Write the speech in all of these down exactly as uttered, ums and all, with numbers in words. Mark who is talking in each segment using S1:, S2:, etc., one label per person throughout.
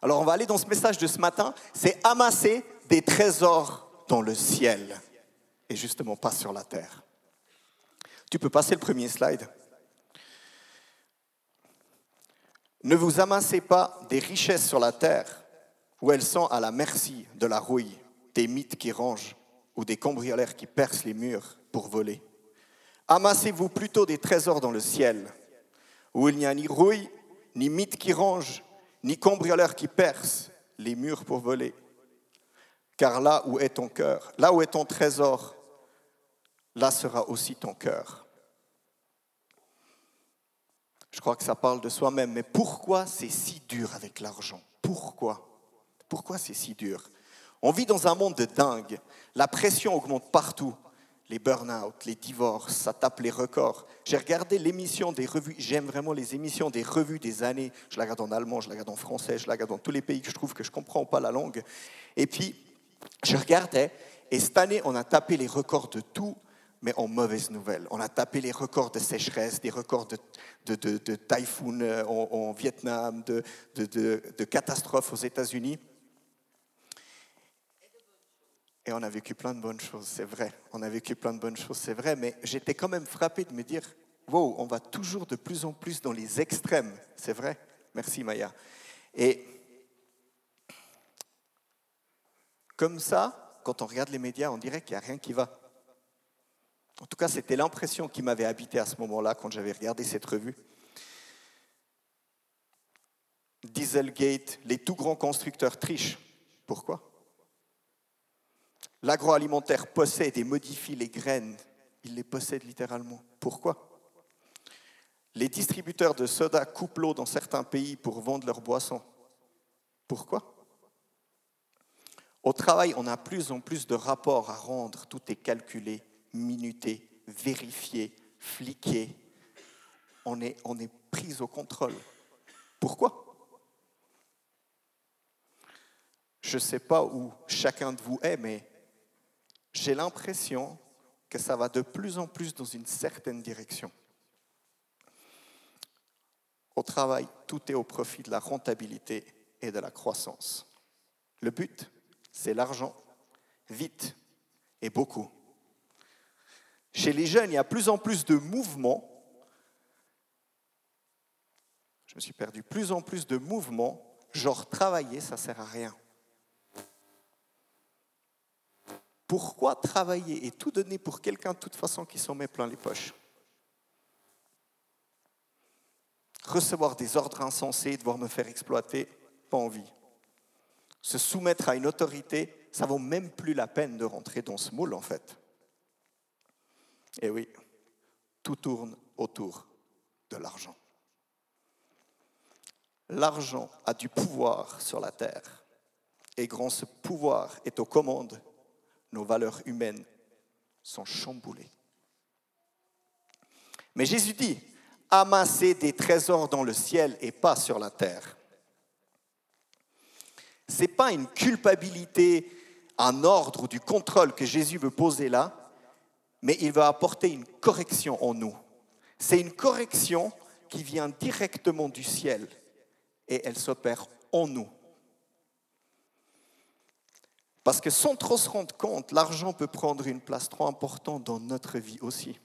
S1: Alors on va aller dans ce message de ce matin, c'est amasser des trésors dans le ciel et justement pas sur la terre. Tu peux passer le premier slide. Ne vous amassez pas des richesses sur la terre où elles sont à la merci de la rouille, des mythes qui rongent ou des cambrioleurs qui percent les murs pour voler. Amassez-vous plutôt des trésors dans le ciel où il n'y a ni rouille, ni mythes qui rongent, ni cambrioleurs qui percent les murs pour voler. Car là où est ton cœur, là où est ton trésor, là sera aussi ton cœur. Je crois que ça parle de soi-même, mais pourquoi c'est si dur avec l'argent ? Pourquoi ? Pourquoi c'est si dur ? On vit dans un monde de dingue. La pression augmente partout. Les burn-out, les divorces, ça tape les records. J'ai regardé l'émission des revues, j'aime vraiment les émissions des revues des années. Je la regarde en allemand, je la regarde en français, je la regarde dans tous les pays que je trouve que je ne comprends pas la langue. Et puis, je regardais, et cette année, on a tapé les records de tout, mais en mauvaise nouvelle. On a tapé les records de sécheresse, des records de, de, de, de typhoon en, en Vietnam, de, de, de, de catastrophes aux États-Unis. Et on a vécu plein de bonnes choses, c'est vrai. On a vécu plein de bonnes choses, c'est vrai. Mais j'étais quand même frappé de me dire, wow, on va toujours de plus en plus dans les extrêmes. C'est vrai. Merci Maya. Et comme ça, quand on regarde les médias, on dirait qu'il n'y a rien qui va. En tout cas, c'était l'impression qui m'avait habité à ce moment-là, quand j'avais regardé cette revue. Dieselgate, les tout grands constructeurs trichent. Pourquoi ? L'agroalimentaire possède et modifie les graines. Il les possède littéralement. Pourquoi ? Les distributeurs de soda coupent l'eau dans certains pays pour vendre leurs boissons. Pourquoi ? Au travail, on a plus en plus de rapports à rendre. Tout est calculé, minuté, vérifié, fliqué. On est, on est pris au contrôle. Pourquoi ? Je ne sais pas où chacun de vous est, mais j'ai l'impression que ça va de plus en plus dans une certaine direction. Au travail, tout est au profit de la rentabilité et de la croissance. Le but, c'est l'argent, vite et beaucoup. Chez les jeunes, il y a plus en plus de mouvements. Je me suis perdu. Plus en plus de mouvements, genre travailler, ça ne sert à rien. Pourquoi travailler et tout donner pour quelqu'un de toute façon qui s'en met plein les poches ? Recevoir des ordres insensés, devoir me faire exploiter, pas envie. Se soumettre à une autorité, ça ne vaut même plus la peine de rentrer dans ce moule en fait. Et oui, tout tourne autour de l'argent. L'argent a du pouvoir sur la terre. Et grand ce pouvoir est aux commandes. Nos valeurs humaines sont chamboulées. Mais Jésus dit, amassez des trésors dans le ciel et pas sur la terre. Ce n'est pas une culpabilité, un ordre ou du contrôle que Jésus veut poser là, mais il veut apporter une correction en nous. C'est une correction qui vient directement du ciel et elle s'opère en nous. Parce que sans trop se rendre compte, l'argent peut prendre une place trop importante dans notre vie aussi.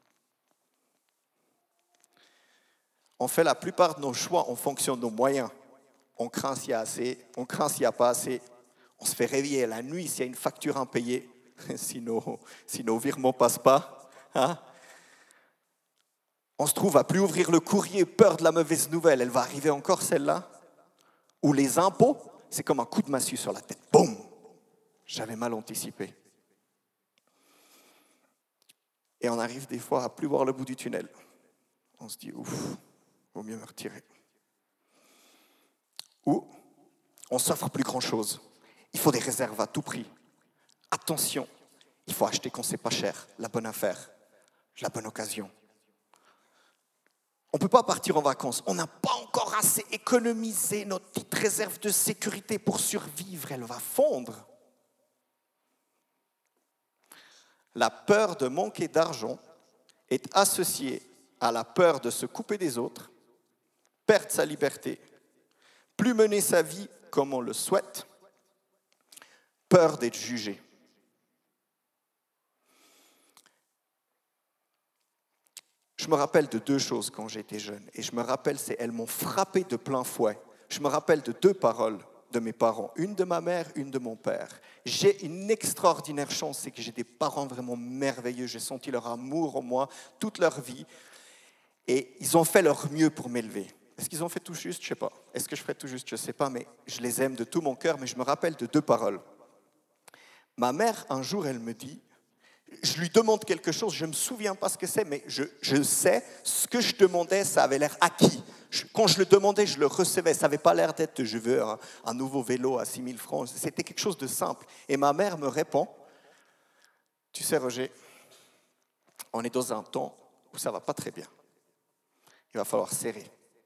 S1: On fait la plupart de nos choix en fonction de nos moyens. On craint s'il y a assez, on craint s'il n'y a pas assez. On se fait réveiller la nuit s'il y a une facture impayée, si nos, si nos virements ne passent pas. Hein? On se trouve à plus ouvrir le courrier, peur de la mauvaise nouvelle. Elle va arriver encore celle-là. Ou les impôts, c'est comme un coup de massue sur la tête. Boum! J'avais mal anticipé. Et on arrive des fois à plus voir le bout du tunnel. On se dit, ouf, vaut mieux me retirer. Ou on s'offre plus grand-chose. Il faut des réserves à tout prix. Attention, il faut acheter quand c'est pas cher, la bonne affaire, la bonne occasion. On ne peut pas partir en vacances. On n'a pas encore assez économisé notre petite réserve de sécurité pour survivre. Elle va fondre. La peur de manquer d'argent est associée à la peur de se couper des autres, perdre sa liberté, plus mener sa vie comme on le souhaite, peur d'être jugé. Je me rappelle de deux choses quand j'étais jeune, et je me rappelle, c'est, elles m'ont frappé de plein fouet. Je me rappelle de deux paroles de mes parents, une de ma mère, une de mon père. J'ai une extraordinaire chance, c'est que j'ai des parents vraiment merveilleux. J'ai senti leur amour en moi toute leur vie, et ils ont fait leur mieux pour m'élever. Est-ce qu'ils ont fait tout juste? Je ne sais pas. Est-ce que je ferai tout juste? Je ne sais pas, mais je les aime de tout mon cœur, mais je me rappelle de deux paroles. Ma mère, un jour, elle me dit, je lui demande quelque chose, je ne me souviens pas ce que c'est, mais je, je sais, ce que je demandais, ça avait l'air acquis. Je, quand je le demandais, je le recevais. Ça n'avait pas l'air d'être, je veux un, un nouveau vélo à six mille francs. C'était quelque chose de simple. Et ma mère me répond, tu sais Roger, on est dans un temps où ça ne va pas très bien. Il va falloir serrer.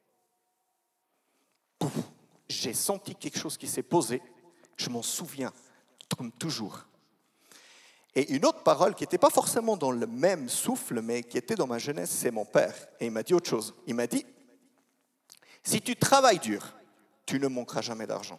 S1: Pouf, j'ai senti quelque chose qui s'est posé, je m'en souviens, comme toujours. Et une autre parole qui n'était pas forcément dans le même souffle, mais qui était dans ma jeunesse, c'est mon père. Et il m'a dit autre chose. Il m'a dit, si tu travailles dur, tu ne manqueras jamais d'argent.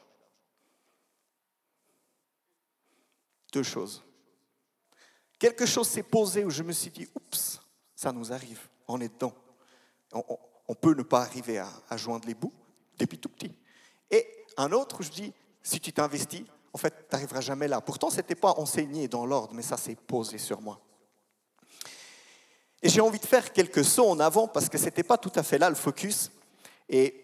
S1: Deux choses. Quelque chose s'est posé où je me suis dit, oups, ça nous arrive, on est dedans. On, on, on peut ne pas arriver à, à joindre les bouts depuis tout petit. Et un autre où je dis, si tu t'investis, en fait, tu n'arriveras jamais là. Pourtant, ce n'était pas enseigné dans l'ordre, mais ça s'est posé sur moi. Et j'ai envie de faire quelques sauts en avant parce que ce n'était pas tout à fait là le focus. Et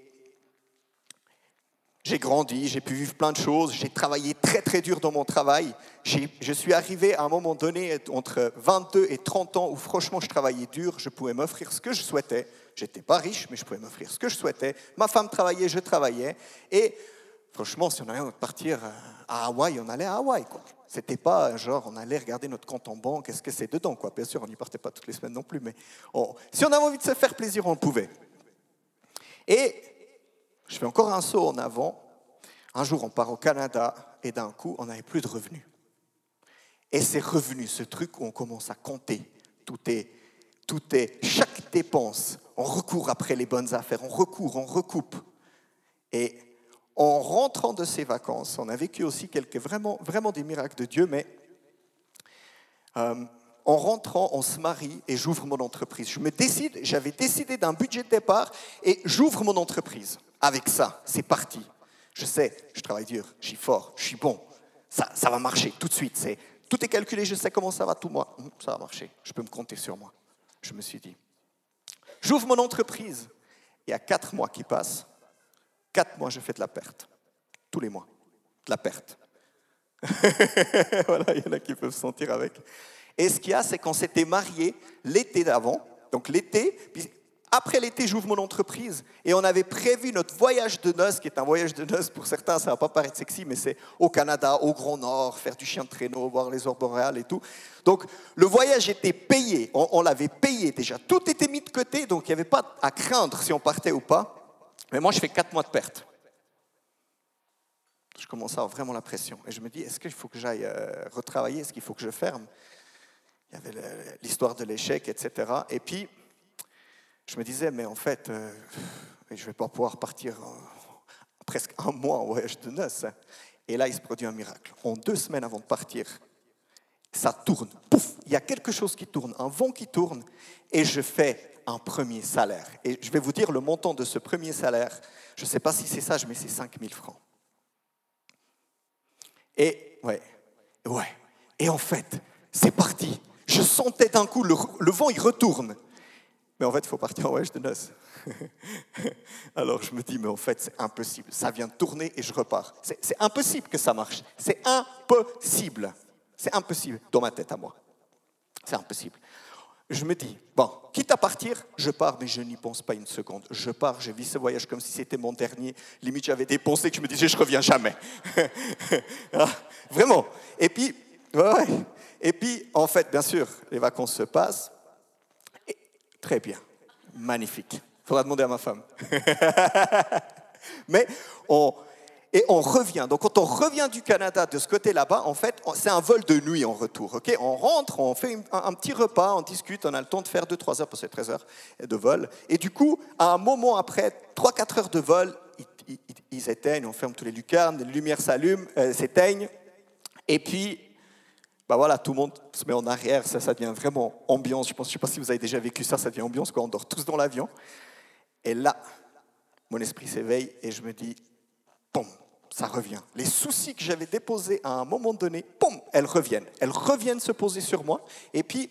S1: j'ai grandi, j'ai pu vivre plein de choses, j'ai travaillé très très dur dans mon travail. J'ai, je suis arrivé à un moment donné entre vingt-deux et trente ans où franchement je travaillais dur, je pouvais m'offrir ce que je souhaitais. Je n'étais pas riche, mais je pouvais m'offrir ce que je souhaitais. Ma femme travaillait, je travaillais. Et franchement, si on allait partir à Hawaï, on allait à Hawaï, quoi. C'était pas genre, on allait regarder notre compte en banque, est-ce que c'est dedans, quoi. Bien sûr, on n'y partait pas toutes les semaines non plus, mais on, si on avait envie de se faire plaisir, on le pouvait. Et je fais encore un saut en avant. Un jour, on part au Canada, et d'un coup, on n'avait plus de revenus. Et c'est revenu, ce truc où on commence à compter. Tout est, tout est, chaque dépense, on recourt après les bonnes affaires, on recourt, on recoupe. Et en rentrant de ces vacances, on a vécu aussi quelques, vraiment, vraiment des miracles de Dieu, mais euh, en rentrant, on se marie et j'ouvre mon entreprise. Je me décide, j'avais décidé d'un budget de départ et j'ouvre mon entreprise. Avec ça, c'est parti. Je sais, je travaille dur, je suis fort, je suis bon. Ça, ça va marcher tout de suite. C'est, tout est calculé, je sais comment ça va, tout moi. Ça va marcher, je peux me compter sur moi. Je me suis dit, j'ouvre mon entreprise. Il y a quatre mois qui passent. Quatre mois, je fais de la perte. Tous les mois, de la perte. Voilà, il y en a qui peuvent se sentir avec. Et ce qu'il y a, c'est qu'on s'était mariés l'été d'avant. Donc l'été, puis après l'été, j'ouvre mon entreprise. Et on avait prévu notre voyage de noces, qui est un voyage de noces, pour certains, ça ne va pas paraître sexy, mais c'est au Canada, au Grand Nord, faire du chien de traîneau, voir les aurores boréales et tout. Donc le voyage était payé, on, on l'avait payé déjà. Tout était mis de côté, donc il n'y avait pas à craindre si on partait ou pas. Mais moi, je fais quatre mois de perte. Je commence à avoir vraiment la pression. Et je me dis, est-ce qu'il faut que j'aille euh, retravailler? Est-ce qu'il faut que je ferme? Il y avait le, l'histoire de l'échec, et cetera. Et puis, je me disais, mais en fait, euh, je ne vais pas pouvoir partir en, presque un mois en voyage de noces. Et là, il se produit un miracle. En deux semaines avant de partir, ça tourne. Pouf, il y a quelque chose qui tourne, un vent qui tourne. Et je fais un premier salaire. Et je vais vous dire le montant de ce premier salaire. Je ne sais pas si c'est sage, mais c'est cinq mille francs. Et, ouais, ouais. Et en fait, c'est parti. Je sentais d'un coup, le, le vent, il retourne. Mais en fait, il faut partir en voyage de noces. Alors je me dis, mais en fait, c'est impossible. Ça vient de tourner et je repars. C'est, c'est impossible que ça marche. C'est impossible. C'est impossible dans ma tête à moi. C'est impossible. Je me dis, bon, quitte à partir, je pars, mais je n'y pense pas une seconde. Je pars, je vis ce voyage comme si c'était mon dernier. Limite, j'avais dépensé que je me disais, je ne reviens jamais. Ah, vraiment. Et puis, ouais, et puis, en fait, bien sûr, les vacances se passent. Et, très bien, magnifique. Il faudra demander à ma femme. Mais on... Et on revient. Donc, quand on revient du Canada, de ce côté là-bas, en fait, c'est un vol de nuit en retour. Okay, on rentre, on fait un, un petit repas, on discute, on a le temps de faire deux trois heures, parce que c'est treize heures de vol. Et du coup, à un moment après, trois quatre heures de vol, il, ils, ils- ils éteignent, on ferme toutes les lucarnes, les lumières s'allument, euh, s'éteignent. Et puis, bah voilà, tout le monde se met en arrière, ça, ça devient vraiment ambiance. Je ne sais pas si vous avez déjà vécu ça, ça devient ambiance, quoi. On dort tous dans l'avion. Et là, mon esprit s'éveille et je me dis, boum, ça revient. Les soucis que j'avais déposés à un moment donné, boum, elles reviennent. Elles reviennent se poser sur moi. Et puis,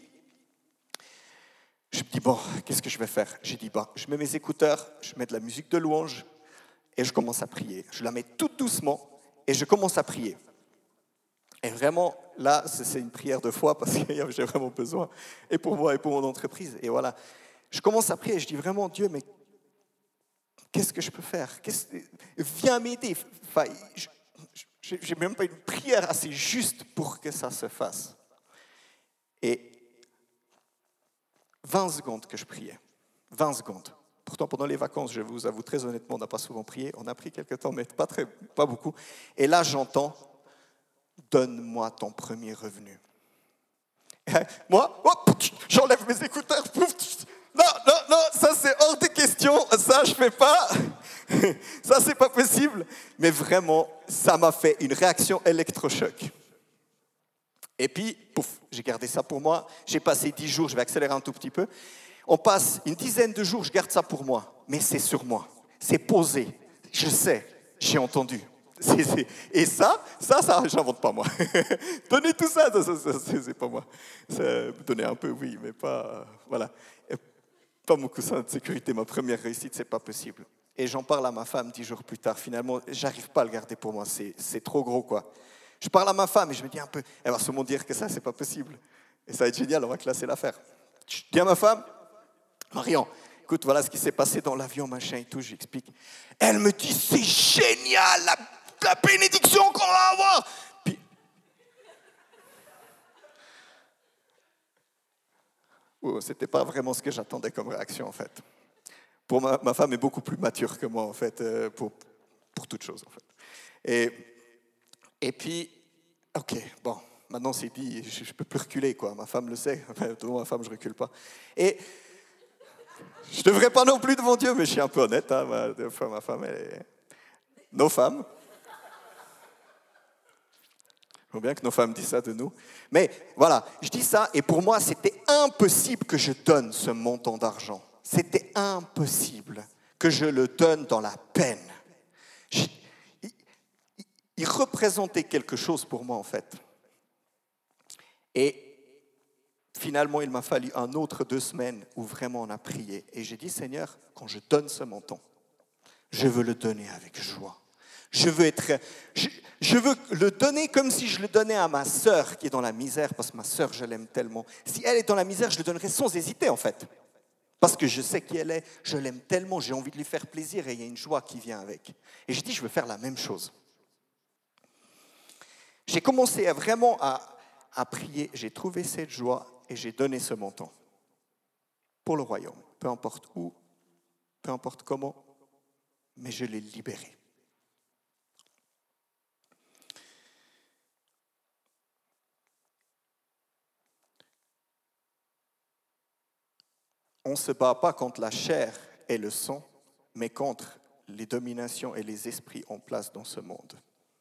S1: je me dis, bon, qu'est-ce que je vais faire? J'ai dit, bon, je mets mes écouteurs, je mets de la musique de louange et je commence à prier. Je la mets tout doucement et je commence à prier. Et vraiment, là, c'est une prière de foi parce que j'ai vraiment besoin, et pour moi et pour mon entreprise. Et voilà, je commence à prier et je dis vraiment, Dieu, mais qu'est-ce que je peux faire? Qu'est-ce... Viens m'aider. Enfin, je n'ai même pas une prière assez juste pour que ça se fasse. Et vingt secondes que je priais, vingt secondes. Pourtant, pendant les vacances, je vous avoue très honnêtement, on n'a pas souvent prié. On a pris quelques temps, mais pas, très, pas beaucoup. Et là, j'entends, donne-moi ton premier revenu. Et moi, hop, j'enlève mes écouteurs. Non, non, non, ça c'est hors des questions. Ça, je ne fais pas. Ça, c'est pas possible. Mais vraiment, ça m'a fait une réaction électrochoc. Et puis, pouf, j'ai gardé ça pour moi. J'ai passé dix jours, je vais accélérer un tout petit peu. On passe une dizaine de jours, je garde ça pour moi. Mais c'est sur moi. C'est posé. Je sais, j'ai entendu. C'est, c'est... Et ça, ça, ça, j'invente pas moi. Donner tout ça, ça, ça, ça c'est, c'est pas moi. Ça, donner un peu, oui, mais pas, euh, voilà. Pas mon coussin de sécurité, ma première réussite, c'est pas possible. Et j'en parle à ma femme dix jours plus tard. Finalement, j'arrive pas à le garder pour moi. C'est, c'est trop gros, quoi. Je parle à ma femme et je me dis un peu, elle va sûrement dire que ça, c'est pas possible. Et ça va être génial, on va classer l'affaire. Je dis à ma femme, Marion, écoute, voilà ce qui s'est passé dans l'avion, machin et tout, j'explique. Elle me dit, c'est génial, la, la bénédiction qu'on va avoir. Puis, oh, c'était pas vraiment ce que j'attendais comme réaction, en fait. Pour ma, ma femme est beaucoup plus mature que moi, en fait, euh, pour, pour toute chose, en fait. Et, et puis, ok, bon, maintenant c'est dit, je ne peux plus reculer, quoi. Ma femme le sait, devant ma femme, je ne recule pas. Et je ne devrais pas non plus devant Dieu, mais je suis un peu honnête, hein, ma, des fois, ma femme, elle est... Nos femmes. Il faut bien que nos femmes disent ça de nous. Mais voilà, je dis ça, et pour moi, c'était impossible que je donne ce montant d'argent. C'était impossible que je le donne dans la peine. Je, il, il représentait quelque chose pour moi, en fait. Et finalement, il m'a fallu un autre deux semaines où vraiment on a prié. Et j'ai dit, Seigneur, quand je donne ce montant, je veux le donner avec joie. Je veux, être, je, je veux le donner comme si je le donnais à ma sœur qui est dans la misère, parce que ma sœur, je l'aime tellement. Si elle est dans la misère, je le donnerai sans hésiter, en fait. Parce que je sais qui elle est, je l'aime tellement, j'ai envie de lui faire plaisir et il y a une joie qui vient avec. Et j'ai dit, je veux faire la même chose. J'ai commencé à vraiment à, à prier, j'ai trouvé cette joie et j'ai donné ce montant pour le royaume, peu importe où, peu importe comment, mais je l'ai libéré. On ne se bat pas contre la chair et le sang, mais contre les dominations et les esprits en place dans ce monde.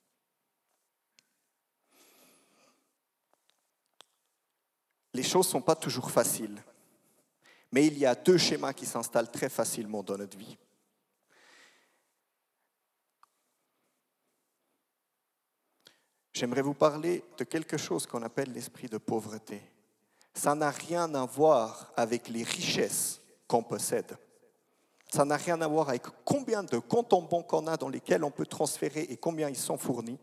S1: Les choses ne sont pas toujours faciles, mais il y a deux schémas qui s'installent très facilement dans notre vie. J'aimerais vous parler de quelque chose qu'on appelle l'esprit de pauvreté. Ça n'a rien à voir avec les richesses qu'on possède. Ça n'a rien à voir avec combien de comptes en banque on a dans lesquels on peut transférer et combien ils sont fournis.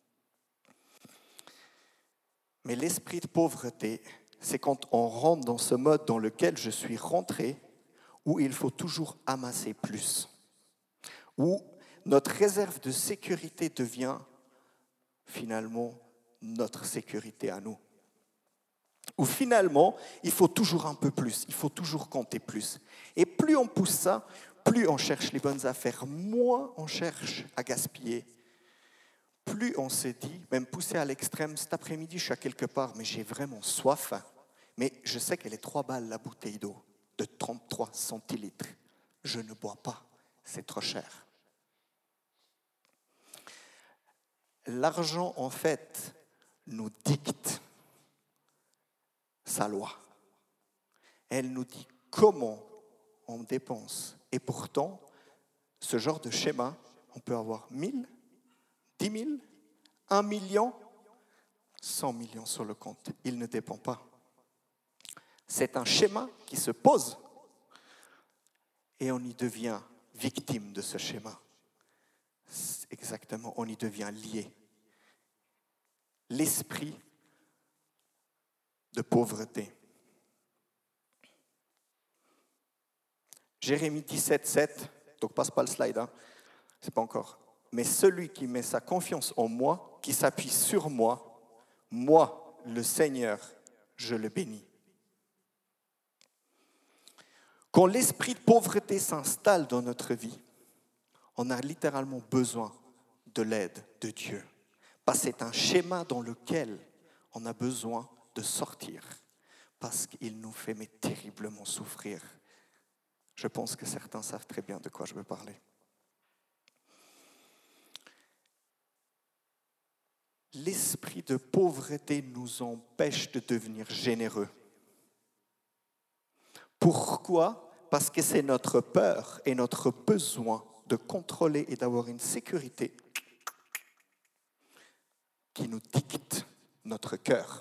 S1: Mais l'esprit de pauvreté, c'est quand on rentre dans ce mode dans lequel je suis rentré, où il faut toujours amasser plus, où notre réserve de sécurité devient finalement notre sécurité à nous. Où finalement, il faut toujours un peu plus, il faut toujours compter plus. Et plus on pousse ça, plus on cherche les bonnes affaires, moins on cherche à gaspiller. Plus on se dit, même poussé à l'extrême, cet après-midi, je suis à quelque part, mais j'ai vraiment soif. Mais je sais qu'elle est trois balles la bouteille d'eau de trente-trois centilitres. Je ne bois pas, c'est trop cher. l'argent, en fait, nous dicte sa loi. Elle nous dit comment on dépense. Et pourtant, ce genre de schéma, on peut avoir mille, dix mille, un million, cent millions sur le compte. Il ne dépend pas. C'est un schéma qui se pose et on y devient victime de ce schéma. Exactement, on y devient lié. L'esprit de pauvreté. Jérémie dix-sept, sept, donc passe pas le slide, hein, c'est pas encore. Mais celui qui met sa confiance en moi, qui s'appuie sur moi, moi, le Seigneur, je le bénis. Quand l'esprit de pauvreté s'installe dans notre vie, on a littéralement besoin de l'aide de Dieu. Parce que c'est un schéma dans lequel on a besoin de sortir. Parce qu'il nous fait mais terriblement souffrir. Je pense que certains savent très bien de quoi je veux parler. L'esprit de pauvreté nous empêche de devenir généreux. Pourquoi ? Parce que c'est notre peur et notre besoin de contrôler et d'avoir une sécurité qui nous dicte notre cœur.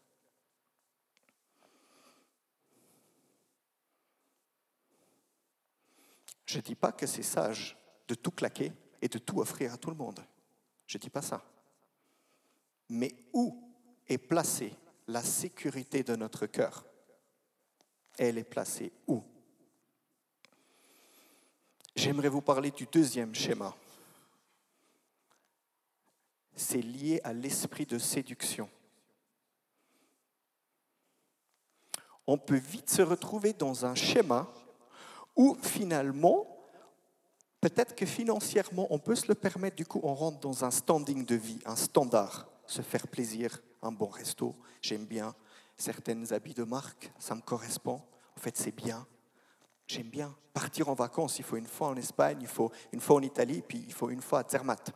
S1: Je ne dis pas que c'est sage de tout claquer et de tout offrir à tout le monde. Je ne dis pas ça. Mais où est placée la sécurité de notre cœur ? Elle est placée où ? J'aimerais vous parler du deuxième schéma. C'est lié à l'esprit de séduction. On peut vite se retrouver dans un schéma où finalement, peut-être que financièrement, on peut se le permettre, du coup on rentre dans un standing de vie, un standard, se faire plaisir, un bon resto, j'aime bien certains habits de marque, ça me correspond, en fait c'est bien, j'aime bien partir en vacances, il faut une fois en Espagne, il faut une fois en Italie, puis il faut une fois à Zermatt.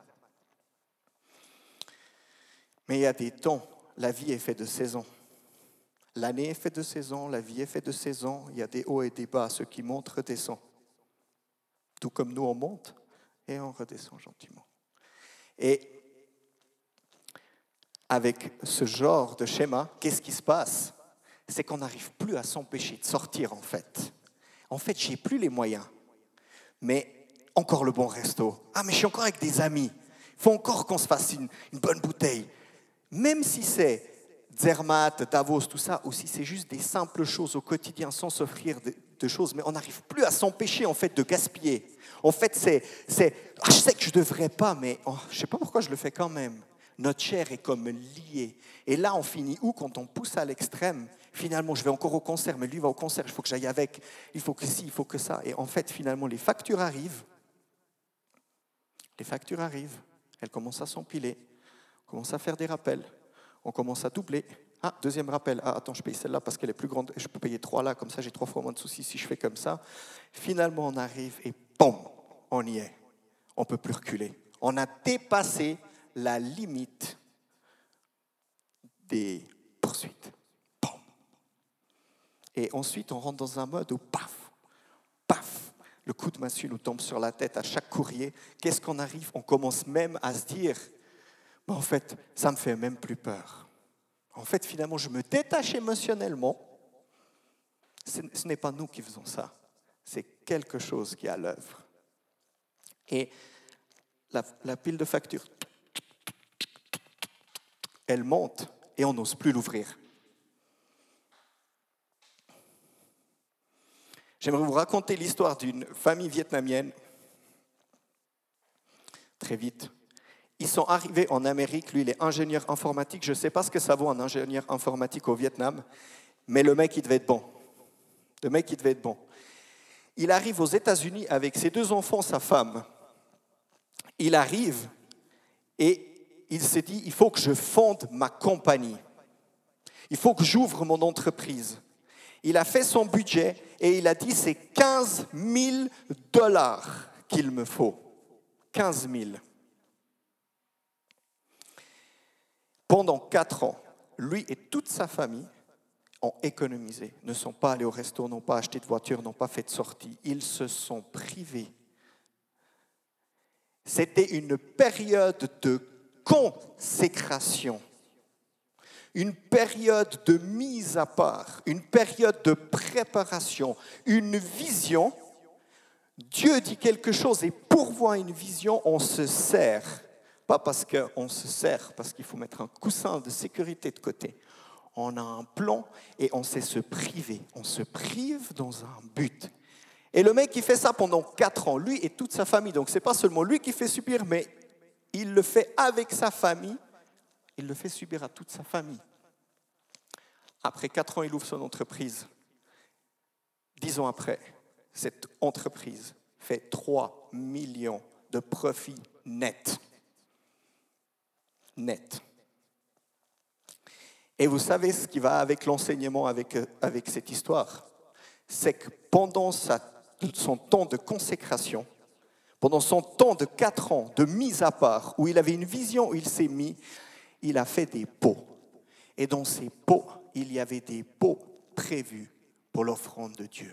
S1: Mais il y a des temps, la vie est faite de saisons. L'année est faite de saisons, la vie est faite de saisons, il y a des hauts et des bas, ceux qui montent redescendent. Tout comme nous, on monte et on redescend gentiment. Et avec ce genre de schéma, qu'est-ce qui se passe ? C'est qu'on n'arrive plus à s'empêcher de sortir, en fait. En fait, je n'ai plus les moyens. Mais encore le bon resto. Ah, mais je suis encore avec des amis. Il faut encore qu'on se fasse une, une bonne bouteille. Même si c'est Zermatt, Davos, tout ça, ou si c'est juste des simples choses au quotidien sans s'offrir de, de choses, mais on n'arrive plus à s'empêcher en fait de gaspiller. En fait, c'est, c'est ah, je sais que je ne devrais pas, mais oh, je ne sais pas pourquoi je le fais quand même. Notre chair est comme liée. Et là, on finit où quand on pousse à l'extrême ? Finalement, je vais encore au concert, mais lui va au concert, il faut que j'aille avec, il faut que ci, il faut que ça. Et en fait, finalement, les factures arrivent. Les factures arrivent, elles commencent à s'empiler, on commence à faire des rappels, on commence à doubler. Ah, deuxième rappel, ah, attends, je paye celle-là parce qu'elle est plus grande, je peux payer trois là, comme ça j'ai trois fois moins de soucis si je fais comme ça. Finalement, on arrive et boum, on y est. On ne peut plus reculer. On a dépassé la limite des poursuites. Boum. Et ensuite, on rentre dans un mode où paf, paf, le coup de massue nous tombe sur la tête à chaque courrier. Qu'est-ce qu'on arrive ? On commence même à se dire, mais en fait, ça me fait même plus peur. En fait, finalement, je me détache émotionnellement. Ce n'est pas nous qui faisons ça. C'est quelque chose qui est à l'œuvre. Et la, la pile de factures, elle monte et on n'ose plus l'ouvrir. J'aimerais vous raconter l'histoire d'une famille vietnamienne. Très vite. Ils sont arrivés en Amérique. Lui, il est ingénieur informatique. Je ne sais pas ce que ça vaut un ingénieur informatique au Vietnam, mais le mec, il devait être bon. Le mec, il devait être bon. Il arrive aux États-Unis avec ses deux enfants, sa femme. Il arrive et il s'est dit, il faut que je fonde ma compagnie. Il faut que j'ouvre mon entreprise. Il a fait son budget et il a dit, c'est quinze mille dollars qu'il me faut. quinze mille. Pendant quatre ans, lui et toute sa famille ont économisé, ne sont pas allés au resto, n'ont pas acheté de voiture, n'ont pas fait de sortie. Ils se sont privés. C'était une période de consécration, une période de mise à part, une période de préparation, une vision. Dieu dit quelque chose et pourvoit une vision, on se sert. Pas parce qu'on se sert, parce qu'il faut mettre un coussin de sécurité de côté. On a un plan et on sait se priver. On se prive dans un but. Et le mec qui fait ça pendant quatre ans, lui et toute sa famille, donc ce n'est pas seulement lui qui fait subir, mais il le fait avec sa famille, il le fait subir à toute sa famille. Après quatre ans, il ouvre son entreprise. Dix ans après, cette entreprise fait trois millions de profits nets. Net. Et vous savez ce qui va avec l'enseignement, avec, avec cette histoire, c'est que pendant sa, son temps de consécration, pendant son temps de quatre ans de mise à part, où il avait une vision, où il s'est mis, il a fait des pots. Et dans ces pots, il y avait des pots prévus pour l'offrande de Dieu.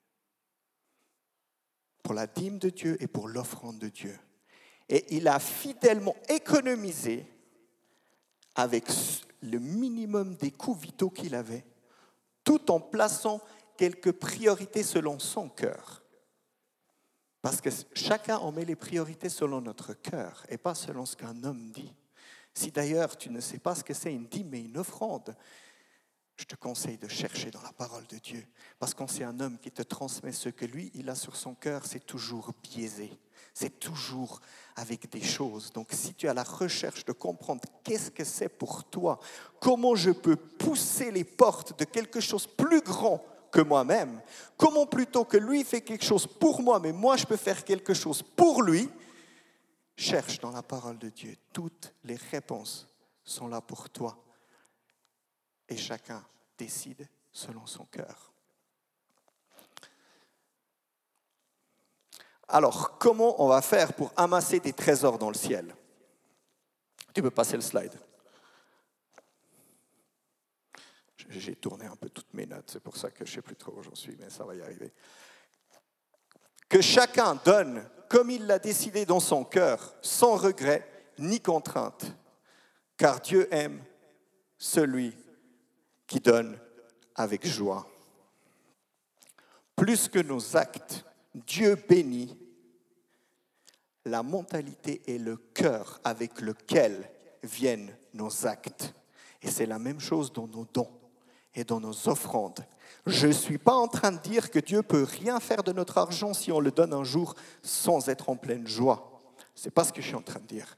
S1: Pour la dîme de Dieu et pour l'offrande de Dieu. Et il a fidèlement économisé avec le minimum des coûts vitaux qu'il avait, tout en plaçant quelques priorités selon son cœur. Parce que chacun en met les priorités selon notre cœur et pas selon ce qu'un homme dit. Si d'ailleurs tu ne sais pas ce que c'est une dîme et une offrande, je te conseille de chercher dans la parole de Dieu. Parce qu'on c'est un homme qui te transmet ce que lui, il a sur son cœur, c'est toujours biaisé. C'est toujours avec des choses. Donc si tu es à la recherche de comprendre qu'est-ce que c'est pour toi, comment je peux pousser les portes de quelque chose plus grand que moi-même, comment plutôt que lui fait quelque chose pour moi, mais moi je peux faire quelque chose pour lui, cherche dans la parole de Dieu. Toutes les réponses sont là pour toi. Et chacun décide selon son cœur. Alors, comment on va faire pour amasser des trésors dans le ciel? Tu peux passer le slide. J'ai tourné un peu toutes mes notes, c'est pour ça que je ne sais plus trop où j'en suis, mais ça va y arriver. Que chacun donne comme il l'a décidé dans son cœur, sans regret ni contrainte, car Dieu aime celui qui donne avec joie. Plus que nos actes, Dieu bénit la mentalité et le cœur avec lequel viennent nos actes. Et c'est la même chose dans nos dons et dans nos offrandes. Je ne suis pas en train de dire que Dieu ne peut rien faire de notre argent si on le donne un jour sans être en pleine joie. Ce n'est pas ce que je suis en train de dire.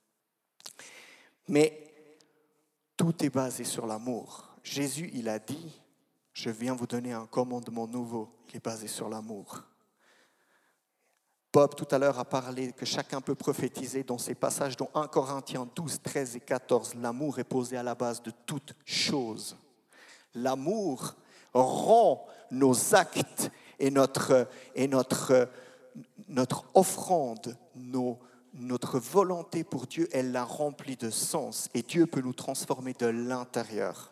S1: Mais tout est basé sur l'amour. Jésus, il a dit, je viens vous donner un commandement nouveau. Il est basé sur l'amour. Bob, tout à l'heure, a parlé que chacun peut prophétiser dans ces passages, dont un Corinthiens douze, treize et quatorze. L'amour est posé à la base de toute chose. L'amour rend nos actes et notre, et notre, notre offrande, nos, notre volonté pour Dieu, elle la remplit de sens. Et Dieu peut nous transformer de l'intérieur.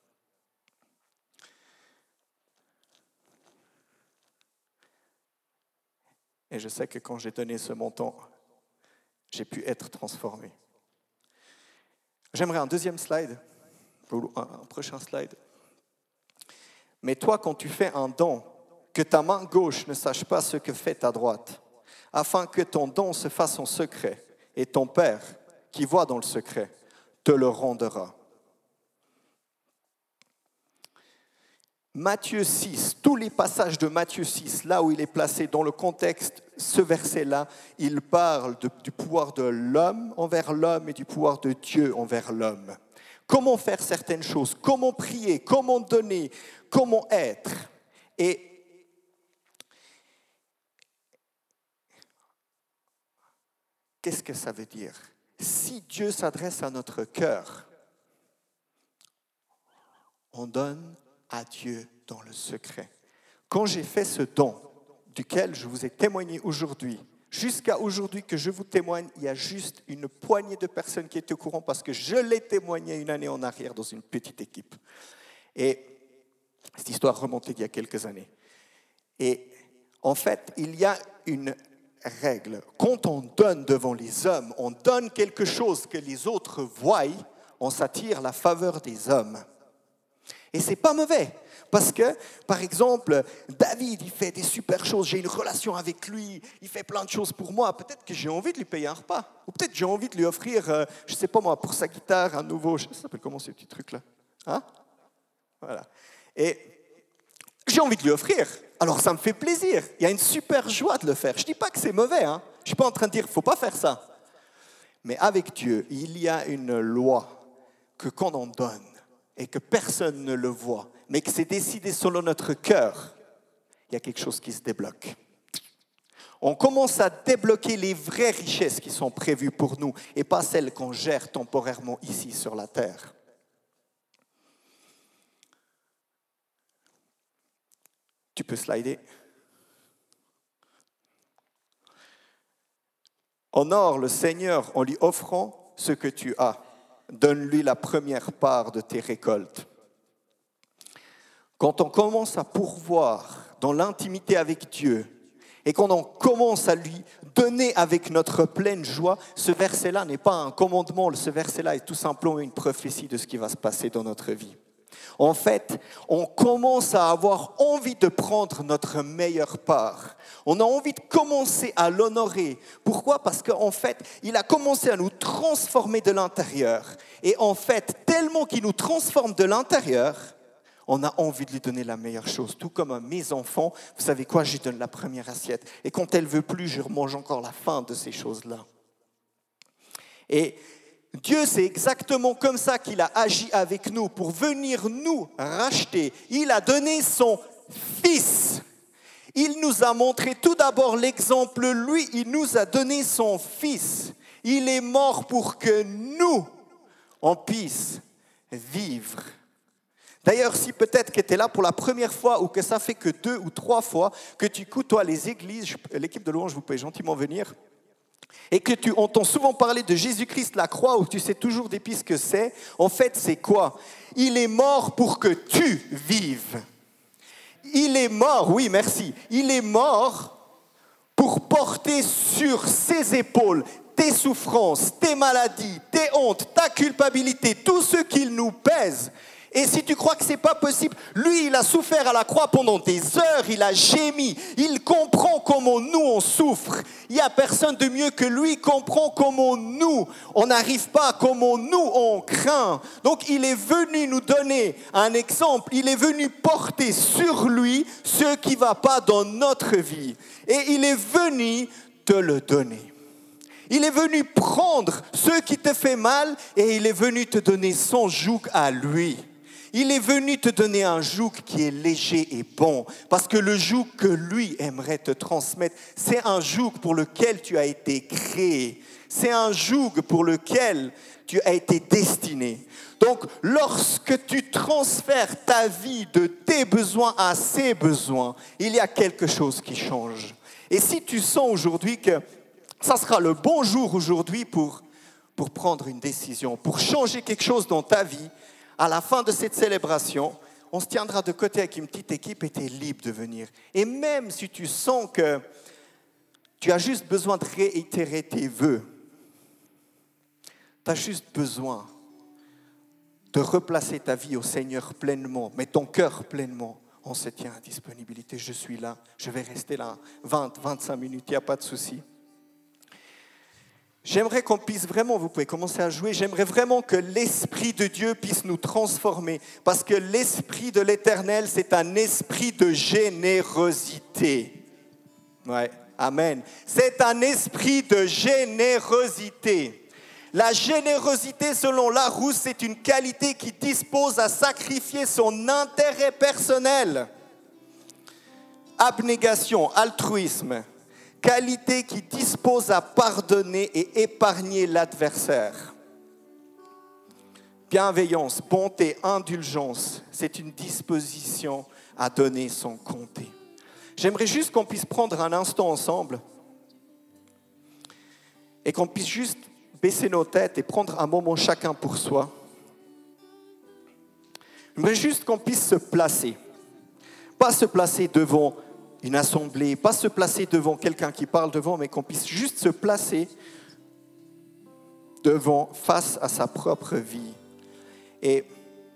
S1: Et je sais que quand j'ai donné ce montant, j'ai pu être transformé. J'aimerais un deuxième slide, ou un prochain slide. Mais toi, quand tu fais un don, que ta main gauche ne sache pas ce que fait ta droite, afin que ton don se fasse en secret, et ton Père, qui voit dans le secret, te le rendra. Matthieu six, tous les passages de Matthieu six, là où il est placé dans le contexte, ce verset-là, il parle de, du pouvoir de l'homme envers l'homme et du pouvoir de Dieu envers l'homme. Comment faire certaines choses, comment prier, comment donner, comment être. Et qu'est-ce que ça veut dire? Si Dieu s'adresse à notre cœur, on donne à Dieu dans le secret. Quand j'ai fait ce don, duquel je vous ai témoigné aujourd'hui, Jusqu'à aujourd'hui que je vous témoigne, il y a juste une poignée de personnes qui étaient au courant parce que je l'ai témoigné une année en arrière dans une petite équipe. Et cette histoire remontait il y a quelques années. Et en fait, il y a une règle. Quand on donne devant les hommes, on donne quelque chose que les autres voient, on s'attire la faveur des hommes. Et c'est pas mauvais. Parce que, par exemple, David, il fait des super choses, j'ai une relation avec lui, il fait plein de choses pour moi. Peut-être que j'ai envie de lui payer un repas. Ou peut-être que j'ai envie de lui offrir, euh, je ne sais pas moi, pour sa guitare, un nouveau... Ça s'appelle comment ces petits trucs-là? Hein? Voilà. Et j'ai envie de lui offrir. Alors ça me fait plaisir. Il y a une super joie de le faire. Je ne dis pas que c'est mauvais. Hein? Je ne suis pas en train de dire qu'il ne faut pas faire ça. Mais avec Dieu, il y a une loi que quand on donne et que personne ne le voit, mais que c'est décidé selon notre cœur, il y a quelque chose qui se débloque. On commence à débloquer les vraies richesses qui sont prévues pour nous et pas celles qu'on gère temporairement ici sur la terre. Tu peux slider. Honore le Seigneur en lui offrant ce que tu as. Donne-lui la première part de tes récoltes. Quand on commence à pourvoir dans l'intimité avec Dieu et quand on commence à lui donner avec notre pleine joie, ce verset-là n'est pas un commandement, ce verset-là est tout simplement une prophétie de ce qui va se passer dans notre vie. En fait, on commence à avoir envie de prendre notre meilleure part. On a envie de commencer à l'honorer. Pourquoi? Parce qu'en fait, il a commencé à nous transformer de l'intérieur. Et en fait, tellement qu'il nous transforme de l'intérieur, on a envie de lui donner la meilleure chose. Tout comme à mes enfants, vous savez quoi, je lui donne la première assiette. Et quand elle ne veut plus, je remange encore la fin de ces choses-là. Et Dieu, c'est exactement comme ça qu'il a agi avec nous pour venir nous racheter. Il a donné son Fils. Il nous a montré tout d'abord l'exemple, lui, il nous a donné son Fils. Il est mort pour que nous, on puisse vivre. D'ailleurs, si peut-être que tu es là pour la première fois ou que ça fait que deux ou trois fois que tu côtoies les églises, l'équipe de louange, vous pouvez gentiment venir, et que tu entends souvent parler de Jésus-Christ, la croix, ou tu sais toujours depuis ce que c'est, en fait, c'est quoi? Il est mort pour que tu vives. Il est mort, oui, merci. Il est mort pour porter sur ses épaules tes souffrances, tes maladies, tes hontes, ta culpabilité, tout ce qui nous pèse. Et si tu crois que ce n'est pas possible, lui, il a souffert à la croix pendant des heures, il a gémi, il comprend comment nous on souffre. Il n'y a personne de mieux que lui comprend comment nous, on n'arrive pas, comment nous on craint. Donc il est venu nous donner un exemple, il est venu porter sur lui ce qui ne va pas dans notre vie. Et il est venu te le donner. Il est venu prendre ce qui te fait mal et il est venu te donner son joug à lui. Il est venu te donner un joug qui est léger et bon, parce que le joug que lui aimerait te transmettre, c'est un joug pour lequel tu as été créé. C'est un joug pour lequel tu as été destiné. Donc, lorsque tu transfères ta vie de tes besoins à ses besoins, il y a quelque chose qui change. Et si tu sens aujourd'hui que ça sera le bon jour aujourd'hui pour, pour prendre une décision, pour changer quelque chose dans ta vie, à la fin de cette célébration, on se tiendra de côté avec une petite équipe et tu es libre de venir. Et même si tu sens que tu as juste besoin de réitérer tes vœux, tu as juste besoin de replacer ta vie au Seigneur pleinement, mais ton cœur pleinement, on se tient à disponibilité. Je suis là, je vais rester là vingt, vingt-cinq minutes, il n'y a pas de souci. J'aimerais qu'on puisse vraiment, vous pouvez commencer à jouer, j'aimerais vraiment que l'Esprit de Dieu puisse nous transformer. Parce que l'Esprit de l'Éternel, c'est un esprit de générosité. Ouais, amen. C'est un esprit de générosité. La générosité, selon Larousse, c'est une qualité qui dispose à sacrifier son intérêt personnel. Abnégation, altruisme. Qualité qui dispose à pardonner et épargner l'adversaire. Bienveillance, bonté, indulgence, c'est une disposition à donner sans compter. J'aimerais juste qu'on puisse prendre un instant ensemble et qu'on puisse juste baisser nos têtes et prendre un moment chacun pour soi. J'aimerais juste qu'on puisse se placer. Pas se placer devant une assemblée, pas se placer devant quelqu'un qui parle devant, mais qu'on puisse juste se placer devant, face à sa propre vie. Et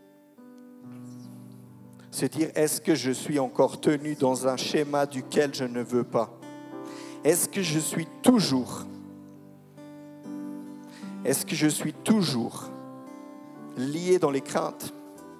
S1: se dire, est-ce que je suis encore tenu dans un schéma duquel je ne veux pas? Est-ce que je suis toujours, est-ce que je suis toujours lié dans les craintes,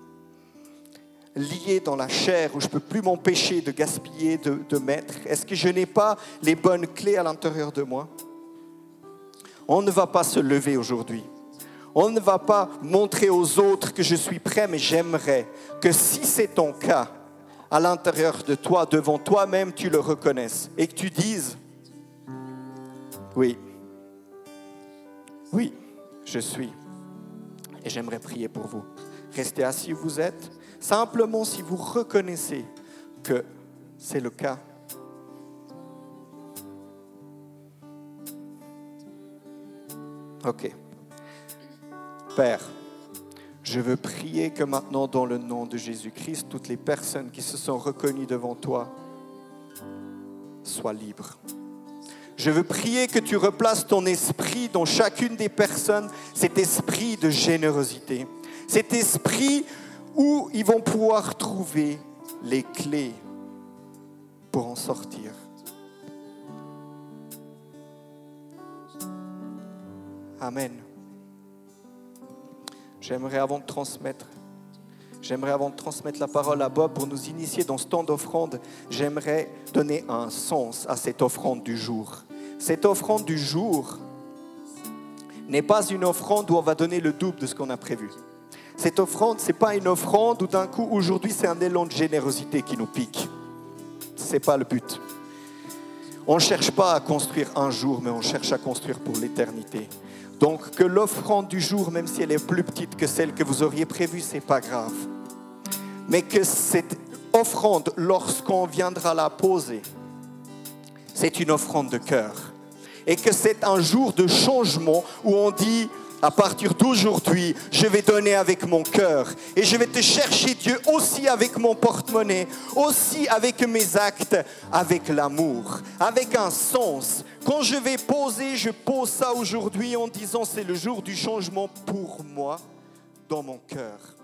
S1: lié dans la chair où je ne peux plus m'empêcher de gaspiller, de, de mettre? Est-ce que je n'ai pas les bonnes clés à l'intérieur de moi? On ne va pas se lever aujourd'hui. On ne va pas montrer aux autres que je suis prêt, mais j'aimerais que si c'est ton cas, à l'intérieur de toi, devant toi-même, tu le reconnaisses et que tu dises, oui, oui, je suis. Et j'aimerais prier pour vous. Restez assis où vous êtes. Simplement si vous reconnaissez que c'est le cas. Ok. Père, je veux prier que maintenant, dans le nom de Jésus-Christ, toutes les personnes qui se sont reconnues devant toi soient libres. Je veux prier que tu replaces ton esprit dans chacune des personnes, cet esprit de générosité, cet esprit où ils vont pouvoir trouver les clés pour en sortir. Amen. J'aimerais avant de transmettre, j'aimerais avant de transmettre la parole à Bob pour nous initier dans ce temps d'offrande, j'aimerais donner un sens à cette offrande du jour. Cette offrande du jour n'est pas une offrande où on va donner le double de ce qu'on a prévu. Cette offrande, ce n'est pas une offrande où d'un coup, aujourd'hui, c'est un élan de générosité qui nous pique. Ce n'est pas le but. On ne cherche pas à construire un jour, mais on cherche à construire pour l'éternité. Donc, que l'offrande du jour, même si elle est plus petite que celle que vous auriez prévue, ce n'est pas grave. Mais que cette offrande, lorsqu'on viendra la poser, c'est une offrande de cœur. Et que c'est un jour de changement où on dit, à partir d'aujourd'hui, je vais donner avec mon cœur. Et je vais te chercher, Dieu, aussi avec mon porte-monnaie, aussi avec mes actes, avec l'amour, avec un sens. Quand je vais poser, je pose ça aujourd'hui en disant, c'est le jour du changement pour moi, dans mon cœur.